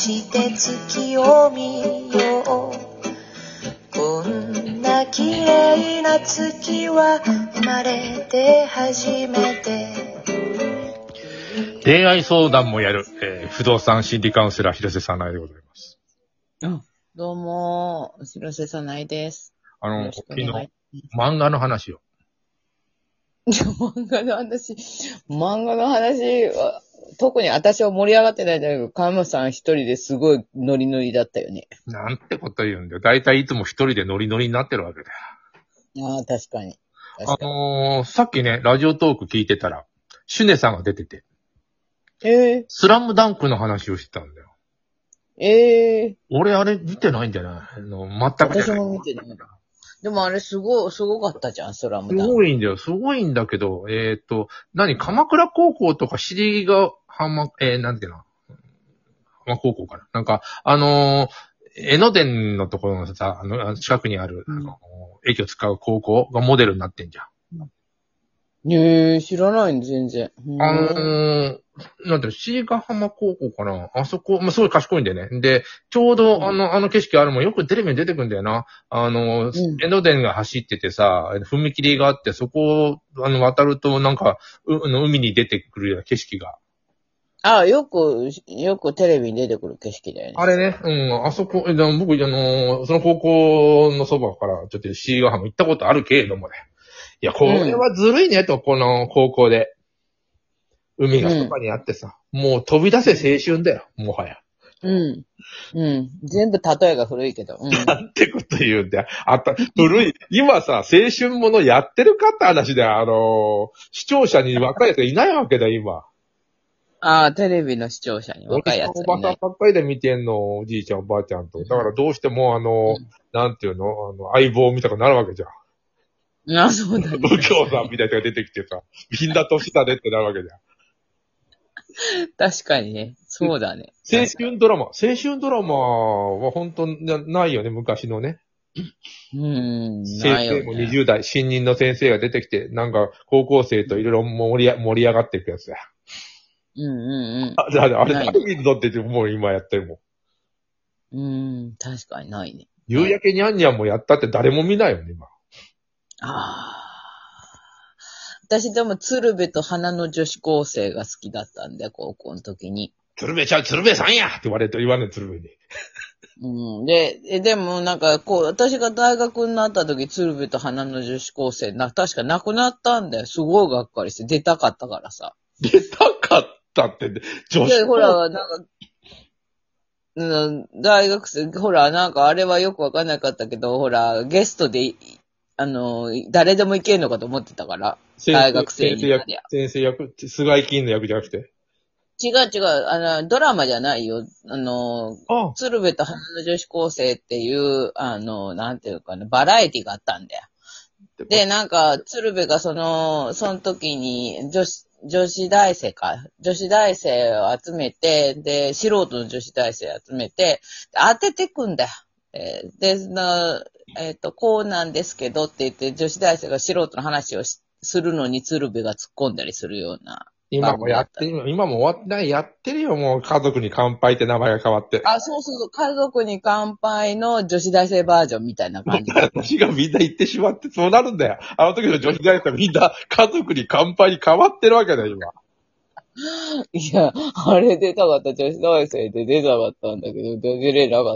して月を見よう。こんな綺麗な月は生まれて初めて。 恋愛相談もやる、不動産心理カウンセラー広瀬さないでございます。 どうも、広瀬さないです。 昨日、漫画の話を。 漫画の話は、特に私は盛り上がってないんだけど、カムさん一人ですごいノリノリだったよね。 なんてこと言うんだよ。だいたいいつも一人でノリノリになってるわけだよ。 ああ、確かに。 さっきね、ラジオトーク聞いてたら、シュネさんが出てて、スラムダンクの話をしてたんだよ。俺あれ見てないんじゃない全く。 私も見てない。でもあれすごかったじゃん、スラムダンク。 すごいんだよ。すごいんだけど、鎌倉高校とか尻ヶ浜、なんていうの浜高校かななんか、江ノ電のところのさ、近くにある、駅を使う高校がモデルになってんじゃん。 知らないん全然。 なんていうの、椎ヶ浜高校かなあそこ、すごい賢いんだよね。で、ちょうどあの景色あるもんよくテレビに出てくんだよな。江ノ電が走っててさ、踏切があって、そこを、渡るとなんか、海に出てくるような景色が。 よくテレビに出てくる景色だよね。 あれね、あそこ、僕、その高校のそばからちょっと椎ヶ浜行ったことあるけれどもね。いや、これはずるいねと、この高校で。海がそばにあってさ、もう飛び出せ青春だよ、もはや。 全部例えが古いけど。 なんてこと言うんだよ。古い。今さ、青春ものやってるかって話で、視聴者に若いやついないわけだよ、今。 テレビの視聴者に若いやついない。 おばさんばっかりで見てんの、おじいちゃんおばあちゃんと。だからどうしてもなんていうの相棒みたくなるわけじゃん。 そうだね。 右京さんみたいな人が出てきてさ、みんな年だねってなるわけじゃん。 確かにね。そうだね。 青春ドラマは本当ないよね、昔のね。 ないよね。 先生も20代、新任の先生が出てきて、なんか高校生といろいろ盛り上がっていくやつだよ。あれ誰見るのってもう今やってるもん。確かにないね。 夕焼けにゃんにゃんもやったって誰も見ないよね、今。 私でも鶴瓶と花の女子高生が好きだったんで、高校の時に。 鶴瓶さんやって言われる鶴瓶に。 でもなんか私が大学になった時、鶴瓶と花の女子高生確か亡くなったんだよ。すごいがっかりして、出たかったからさ。 出たかったって、 女子高生。ほら、大学生、ほら、なんかあれはよくわかんなかったけど、ほら、ゲストで、誰でもいけんのかと思ってたから、大学生に。 先生役、菅井金の役じゃなくて。 違う、ドラマじゃないよ。鶴瓶と花の女子高生っていう、なんていうかね、バラエティがあったんだよ。で、なんか、鶴瓶がその時に、女子大生を集めて、で、素人の女子大生を集めて、当ててくんだよ。で、こうなんですけどって言って、女子大生が素人の話をするのに鶴瓶が突っ込んだりするような。 今も終わってない、やってるよ、もう家族に乾杯って名前が変わって。 そう、家族に乾杯の女子大生バージョンみたいな感じ。 私がみんな言ってしまってそうなるんだよ。あの時の女子大生みんな家族に乾杯に変わってるわけだよ、今。 いや、あれ出たかった、女子大生で出たかったんだけど、出れなかった。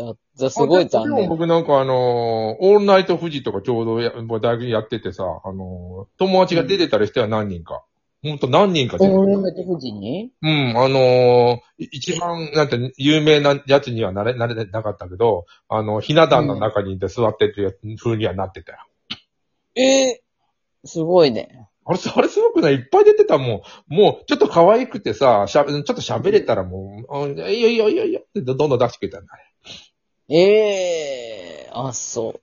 じゃすごい残念。 でも僕なんかオールナイト富士とかちょうど大学にやっててさ、友達が出てたりしては何人か。ほんと何人か出てた。 オールナイト富士に一番、なんて、有名なやつにはなれなかったけど、ひな壇の中にいて座ってるやつ風にはなってたよ。 すごいね。 あれすごくないいっぱい出てたもん。もう、ちょっと可愛くてさ、ちょっと喋れたらもう、いいよってどんどん出してくれたんだね。そう。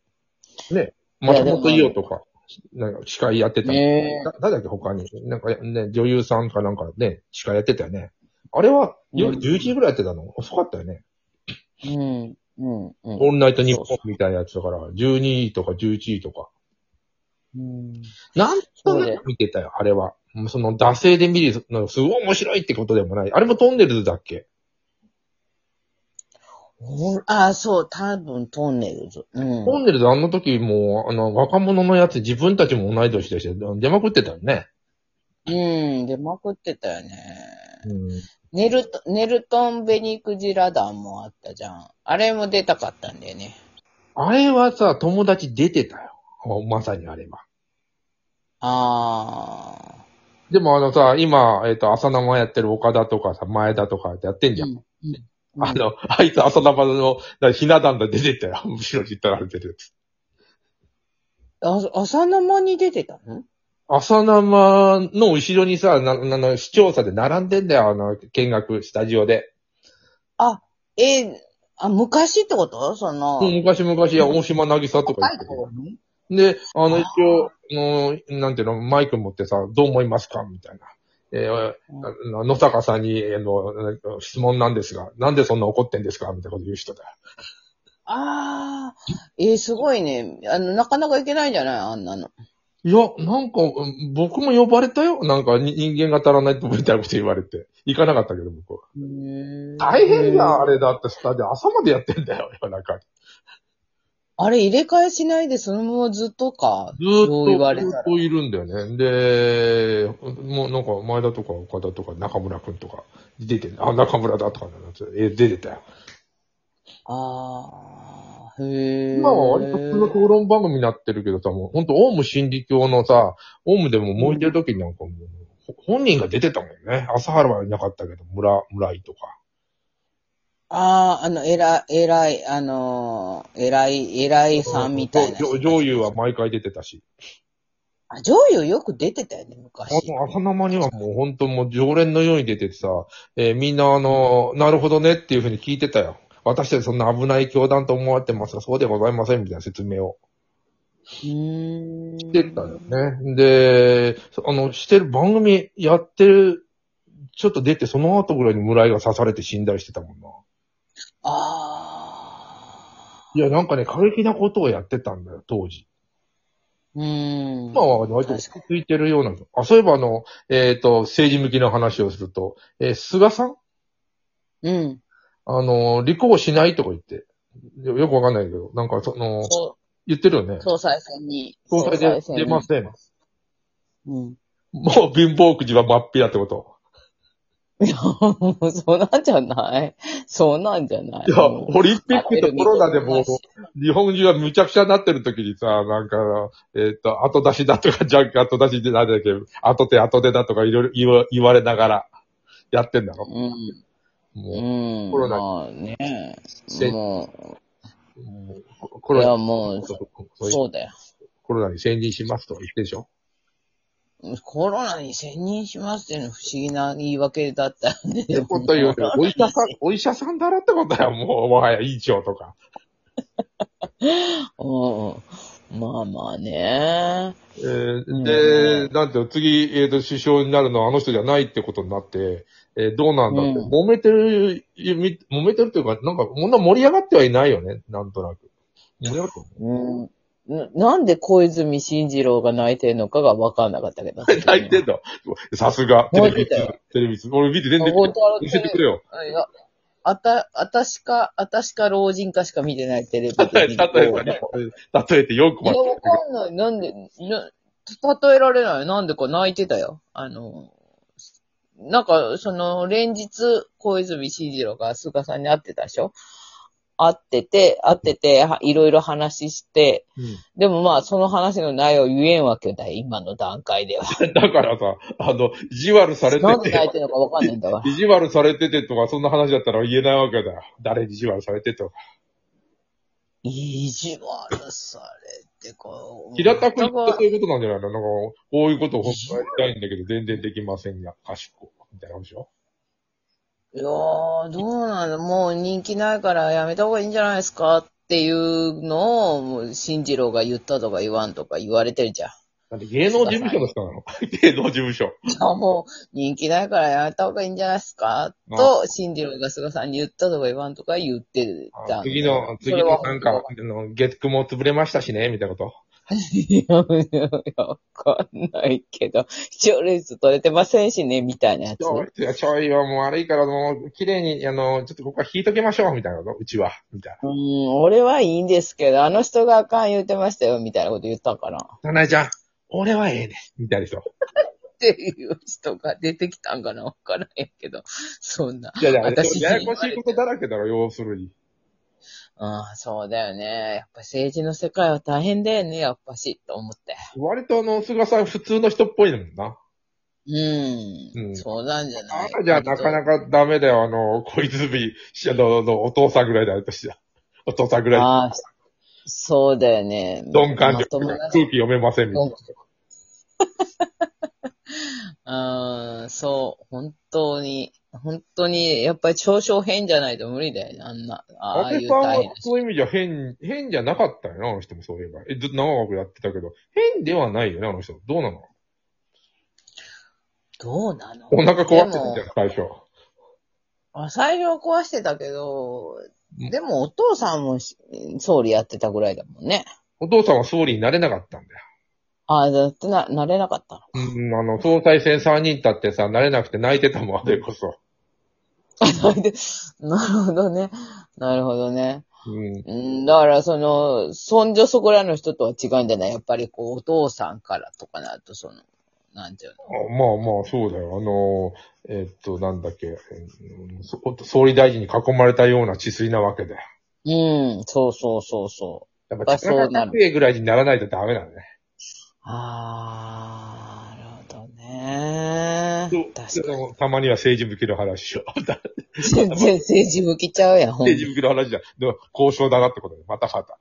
ね。松本伊代とか、なんか司会やってた。誰だっけ他に。なんかね、女優さんかなんかね、司会やってたよね。あれは、夜11時ぐらいやってたの遅かったよね。オールナイト日本みたいなやつだから、12時とか11時とか。なんとなく見てたよ、あれは。その、惰性で見るのすごい面白いってことでもない。あれもトンネルズだっけそう、多分トンネルズ。 トンネルズあの時も、若者のやつ自分たちも同い年でして出まくってたよね。 出まくってたよね。 うんネルトン・ベニクジラ団もあったじゃん。あれも出たかったんだよね。 あれはさ、友達出てたよ。まさにあれは。でもさ、今、朝生やってる岡田とかさ、前田とかやってんじゃん。あいつ朝生の、ひな壇で出てたよ。後ろに行ったられてるやつ。 朝生に出てたの？ 朝生の後ろにさ、視聴者で並んでんだよ、見学、スタジオで。 昔ってこと昔、大島渚とか言ってで、一応、なんていうの、マイク持ってさ、どう思いますかみたいな。野坂さんに、質問なんですが、なんでそんな怒ってんですかみたいなこと言う人だよ。 すごいね。なかなかいけないんじゃないあんなの。 いや、なんか、僕も呼ばれたよ。なんか、人間が足らないとみたいなこと言われて。行かなかったけど、僕は。大変だ、あれだってスタジオ朝までやってんだよ、夜中に。 あれ入れ替えしないでそのままずっとか。 ずっといるんだよね。で、もうなんか前田とか岡田とか中村くんとか出てる。中村だとか出てたよ。今は割と普通の討論番組になってるけどさ、もうほんとオウム真理教のさ、オウムでも燃えてる時になんかもう、本人が出てたもんね。朝原はいなかったけど、村井とか。 偉いさんみたいな。 上優は毎回出てたし。 上優よく出てたよね、昔。 朝生にはもう本当もう常連のように出ててさ、みんななるほどねっていうふうに聞いてたよ。私たちそんな危ない教団と思われてますが、そうでございませんみたいな説明を。してたよね。で、してる番組やってる、ちょっと出てその後ぐらいに村井が刺されて死んだりしてたもんな。いや、なんかね、過激なことをやってたんだよ、当時。今は割と落ち着いてるような。そういえば政治向きの話をすると、菅さん立候補しないとか言って。よくわかんないけど、なんか言ってるよね。 総裁選に。 総裁で出ません。もう貧乏くじは真っ平ってこと。 いや、もうそうなんじゃないそうなんじゃないいや、オリンピックとコロナでもう、日本中はむちゃくちゃになってる時にさ、なんか、後出しだとか、ジャンク後出しでなんだっけ、後手だとかいろいろ言われながらやってんだろ。もう、コロナ。 まあね。 コロナ。 いや、もう、そうだよ。 コロナに専任しますと言ってでしょ。 コロナに専任しますっていうの不思議な言い訳だったよね。 ってこと言うと、お医者さんだろってことだよ、もはや医長とか。 まあまあね。 で、なんて次、首相になるのはあの人じゃないってことになって、どうなんだって、揉めてるというか、なんか、盛り上がってはいないよね、なんとなく。盛り上がってる。 なんで小泉進次郎が泣いてんのかが分かんなかったけど。 泣いてんのさすが。テレビ、俺見て全然教えてくれよ。 あたしか老人かしか見てないテレビで。 例えてよくわかんない。なんで、例えられない。なんでか泣いてたよ。なんか、連日、小泉進次郎が菅さんに会ってたでしょ？会ってて、いろいろ話して、でもまあ、その話の内容言えんわけだよ、今の段階では。 だからさ、意地悪されてて。 なんで泣いてるのかわかんないんだわ。 意地悪されててとか、そんな話だったら言えないわけだよ。誰に意地悪されてとか。 意地悪されてか。 平たく言ってそういうことなんじゃないの？なんか、こういうことを本当はやりたいんだけど、全然できませんや、賢い。みたいなことでしょ？ いやー、どうなの？もう人気ないからやめた方がいいんじゃないですかっていうのを、もう、進次郎が言ったとか言わんとか言われてるじゃん。 なんで芸能事務所の人なの？芸能事務所。 いや、もう、人気ないからやめた方がいいんじゃないですかと、進次郎が菅さんに言ったとか言わんとか言ってた。 次のなんか、月9も潰れましたしね、みたいなこと。 いや、わかんないけど、視聴率取れてませんしね、みたいなやつ。 いや、ちょいはもう悪いからもう、綺麗に、ちょっとここは引いときましょう、みたいなこと、うちは、みたいな。 俺はいいんですけど、あの人があかん言うてましたよ、みたいなこと言ったから。 かなえちゃん、俺はええねみたいな人。 っていう人が出てきたんかなわからへんけど、そんな。 いやいや、 私ややこしいことだらけだろ、要するに。 そうだよね。やっぱ政治の世界は大変だよね、やっぱし、と思って。 割と菅さん普通の人っぽいもんな。 そうなんじゃないじゃあなかなかダメだよ、小泉、お父さんぐらいだとして。お父さんぐらい。 ああ、そうだよね。 鈍感力が空気読めませんみたいな。そう、本当に、やっぱり嘲笑変じゃないと無理だよね、あんな。ああいう大変な。 そういう意味じゃ変じゃなかったよな、あの人もそういえば。ずっと長くやってたけど、変ではないよね、あの人。どうなのお腹壊してたんじゃん、最初。 最初は壊してたけど、でもお父さんも総理やってたぐらいだもんね。 お父さんは総理になれなかったんだよ。 だってなれなかったの。総裁選3人立ってさ、なれなくて泣いてたもん、あれこそ。 なるほどね。なるほどね。だから、そ女そこらの人とは違うんじゃないやっぱりお父さんからとかなると、なんていうの。まあ、そうだよ。なんだっけ、総理大臣に囲まれたような治水なわけだよ。 そう。 やっぱ力学園ぐらいにならないとダメだね。 なるほどね。 確かに。たまには政治向きの話しよう。 全然政治向きちゃうやん、 政治向きの話じゃん。交渉だなってことで、また。